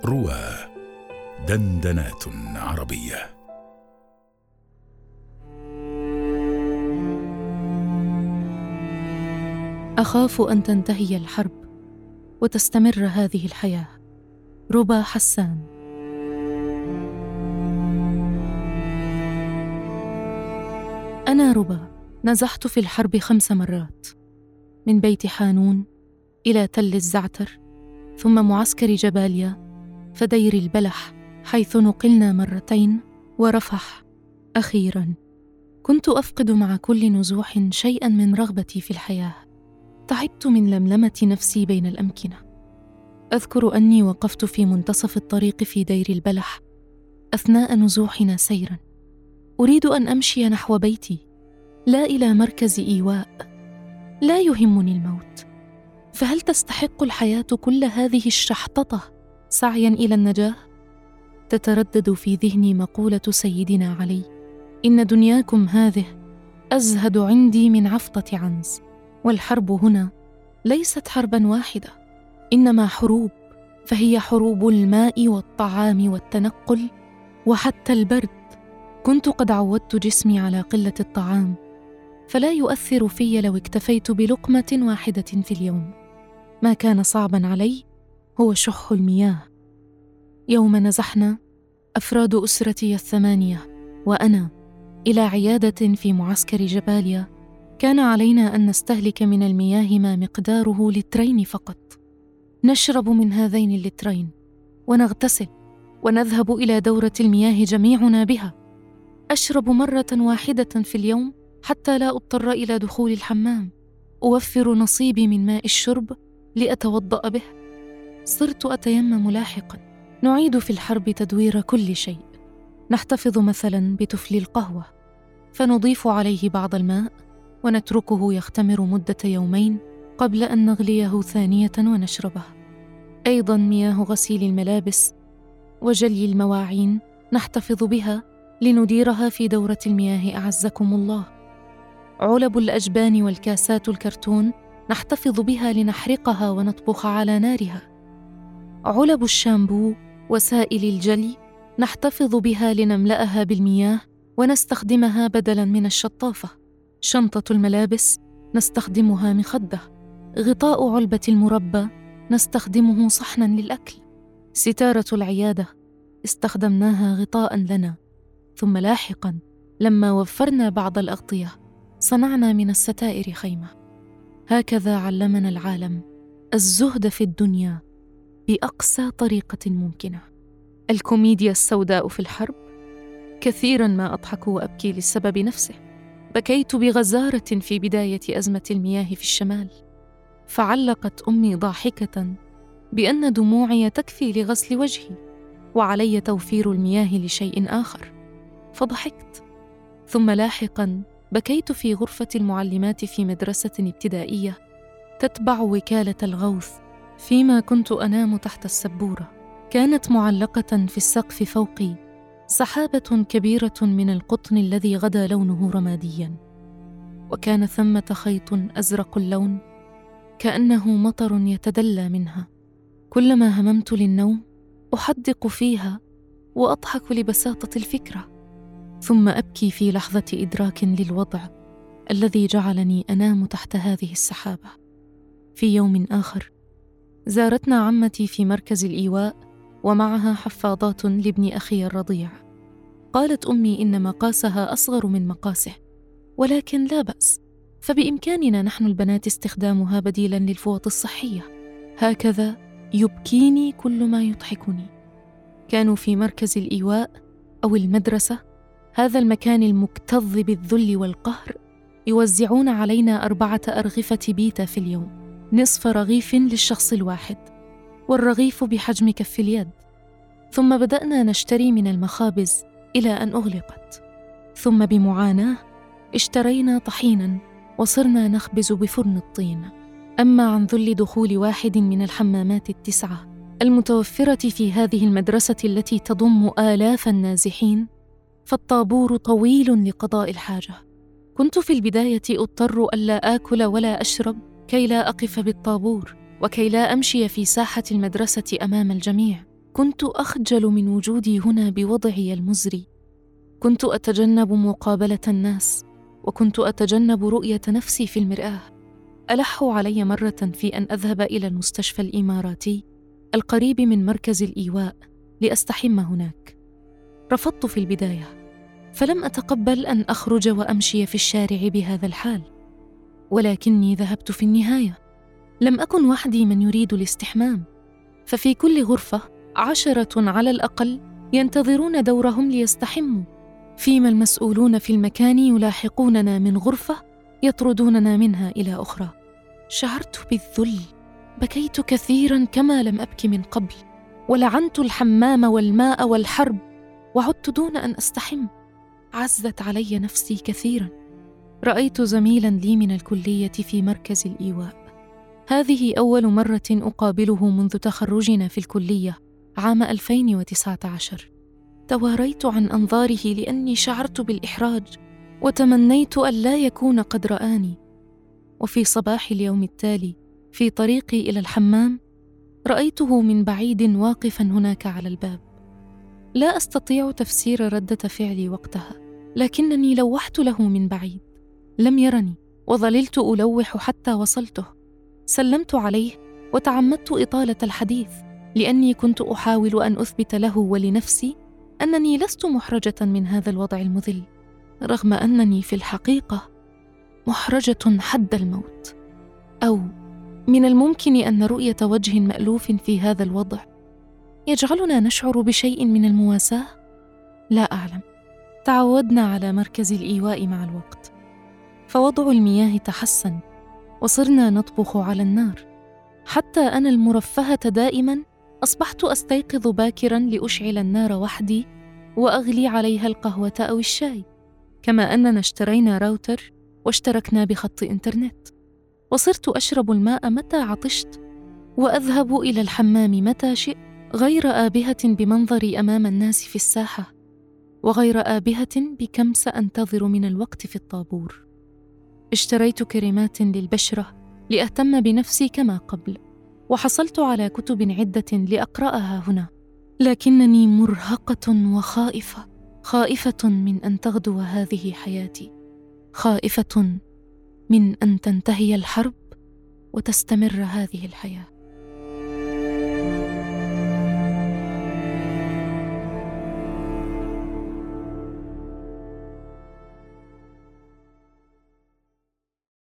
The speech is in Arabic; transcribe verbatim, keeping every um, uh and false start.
روى دندنات عربية. أخاف أن تنتهي الحرب وتستمر هذه الحياة. ربى حسان. أنا ربى نزحت في الحرب خمس مرات، من بيت حانون إلى تل الزعتر، ثم معسكر جباليا، فدير البلح حيث نقلنا مرتين، ورفح أخيراً. كنت أفقد مع كل نزوح شيئاً من رغبتي في الحياة. تعبت من لملمة نفسي بين الأمكنة. أذكر أني وقفت في منتصف الطريق في دير البلح أثناء نزوحنا سيراً، أريد أن أمشي نحو بيتي، لا إلى مركز إيواء. لا يهمني الموت، فهل تستحق الحياة كل هذه الشحططة سعياً إلى النجاة؟ تتردد في ذهني مقولة سيدنا علي: إن دنياكم هذه أزهد عندي من عفطة عنز. والحرب هنا ليست حرباً واحدة، إنما حروب، فهي حروب الماء والطعام والتنقل وحتى البرد. كنت قد عودت جسمي على قلة الطعام، فلا يؤثر في لو اكتفيت بلقمة واحدة في اليوم. ما كان صعباً علي هو شح المياه. يوم نزحنا أفراد أسرتي الثمانية وأنا إلى عيادة في معسكر جباليا، كان علينا أن نستهلك من المياه ما مقداره لترين فقط. نشرب من هذين اللترين ونغتسل ونذهب إلى دورة المياه جميعنا بها. أشرب مرة واحدة في اليوم حتى لا أضطر إلى دخول الحمام. أوفر نصيبي من ماء الشرب لأتوضأ به. صرت أتيمم لاحقا. نعيد في الحرب تدوير كل شيء. نحتفظ مثلا بتفل القهوة، فنضيف عليه بعض الماء ونتركه يختمر مدة يومين قبل أن نغليه ثانية ونشربه. أيضا مياه غسيل الملابس وجلي المواعين نحتفظ بها لنديرها في دورة المياه أعزكم الله. علب الأجبان والكاسات الكرتون نحتفظ بها لنحرقها ونطبخ على نارها. علب الشامبو وسائل الجلي نحتفظ بها لنملأها بالمياه ونستخدمها بدلاً من الشطافة. شنطة الملابس نستخدمها مخدة. غطاء علبة المربى نستخدمه صحناً للأكل. ستارة العيادة استخدمناها غطاءً لنا. ثم لاحقاً لما وفرنا بعض الأغطية صنعنا من الستائر خيمة. هكذا علمنا العالم الزهد في الدنيا بأقصى طريقة ممكنة. الكوميديا السوداء في الحرب. كثيراً ما أضحك وأبكي للسبب نفسه. بكيت بغزارة في بداية أزمة المياه في الشمال، فعلقت أمي ضاحكة بأن دموعي تكفي لغسل وجهي وعلي توفير المياه لشيء آخر، فضحكت. ثم لاحقاً بكيت في غرفة المعلمات في مدرسة ابتدائية تتبع وكالة الغوث، فيما كنت أنام تحت السبورة. كانت معلقة في السقف فوقي سحابة كبيرة من القطن الذي غدا لونه رمادياً، وكان ثمة خيط أزرق اللون كأنه مطر يتدلى منها. كلما هممت للنوم أحدق فيها وأضحك لبساطة الفكرة، ثم أبكي في لحظة إدراك للوضع الذي جعلني أنام تحت هذه السحابة. في يوم آخر زارتنا عمتي في مركز الإيواء ومعها حفاضات لابن أخي الرضيع. قالت أمي إن مقاسها أصغر من مقاسه، ولكن لا بأس، فبإمكاننا نحن البنات استخدامها بديلاً للفوط الصحية. هكذا يبكيني كل ما يضحكني. كانوا في مركز الإيواء أو المدرسة، هذا المكان المكتظ بالذل والقهر، يوزعون علينا أربعة أرغفة بيتا في اليوم، نصف رغيف للشخص الواحد، والرغيف بحجم كف اليد. ثم بدأنا نشتري من المخابز إلى أن أغلقت. ثم بمعاناة اشترينا طحيناً وصرنا نخبز بفرن الطين. أما عن ذل دخول واحد من الحمامات التسعة المتوفرة في هذه المدرسة التي تضم آلاف النازحين، فالطابور طويل لقضاء الحاجة. كنت في البداية أضطر ألا آكل ولا أشرب كي لا أقف بالطابور، وكي لا أمشي في ساحة المدرسة أمام الجميع. كنت أخجل من وجودي هنا بوضعي المزري. كنت أتجنب مقابلة الناس، وكنت أتجنب رؤية نفسي في المرآة. ألح علي مرة في أن أذهب إلى المستشفى الإماراتي القريب من مركز الإيواء لأستحم هناك. رفضت في البداية، فلم أتقبل أن أخرج وأمشي في الشارع بهذا الحال، ولكني ذهبت في النهاية. لم أكن وحدي من يريد الاستحمام، ففي كل غرفة عشرة على الأقل ينتظرون دورهم ليستحموا، فيما المسؤولون في المكان يلاحقوننا من غرفة يطردوننا منها إلى أخرى. شعرت بالذل، بكيت كثيراً كما لم أبك من قبل، ولعنت الحمام والماء والحرب، وعدت دون أن أستحم. عزت علي نفسي كثيراً. رأيت زميلاً لي من الكلية في مركز الإيواء. هذه أول مرة أقابله منذ تخرجنا في الكلية عام ألفين وتسعة عشر. تواريت عن أنظاره لأني شعرت بالإحراج، وتمنيت أن لا يكون قد رآني. وفي صباح اليوم التالي في طريقي إلى الحمام رأيته من بعيد واقفاً هناك على الباب. لا أستطيع تفسير ردة فعلي وقتها، لكنني لوحت له من بعيد. لم يرني، وظللت ألوح حتى وصلته. سلمت عليه وتعمدت إطالة الحديث، لأني كنت أحاول أن أثبت له ولنفسي أنني لست محرجة من هذا الوضع المذل، رغم أنني في الحقيقة محرجة حد الموت. أو من الممكن أن رؤية وجه مألوف في هذا الوضع يجعلنا نشعر بشيء من المواساة؟ لا أعلم. تعودنا على مركز الإيواء مع الوقت، فوضع المياه تحسن، وصرنا نطبخ على النار. حتى أنا المرفهة دائماً أصبحت أستيقظ باكراً لأشعل النار وحدي وأغلي عليها القهوة أو الشاي، كما أننا اشترينا راوتر واشتركنا بخط إنترنت. وصرت أشرب الماء متى عطشت، وأذهب إلى الحمام متى شئت، غير آبهة بمنظري أمام الناس في الساحة، وغير آبهة بكم سأنتظر من الوقت في الطابور. اشتريت كريمات للبشرة لأهتم بنفسي كما قبل، وحصلت على كتب عدة لأقرأها هنا، لكنني مرهقة وخائفة، خائفة من أن تغدو هذه حياتي، خائفة من أن تنتهي الحرب وتستمر هذه الحياة.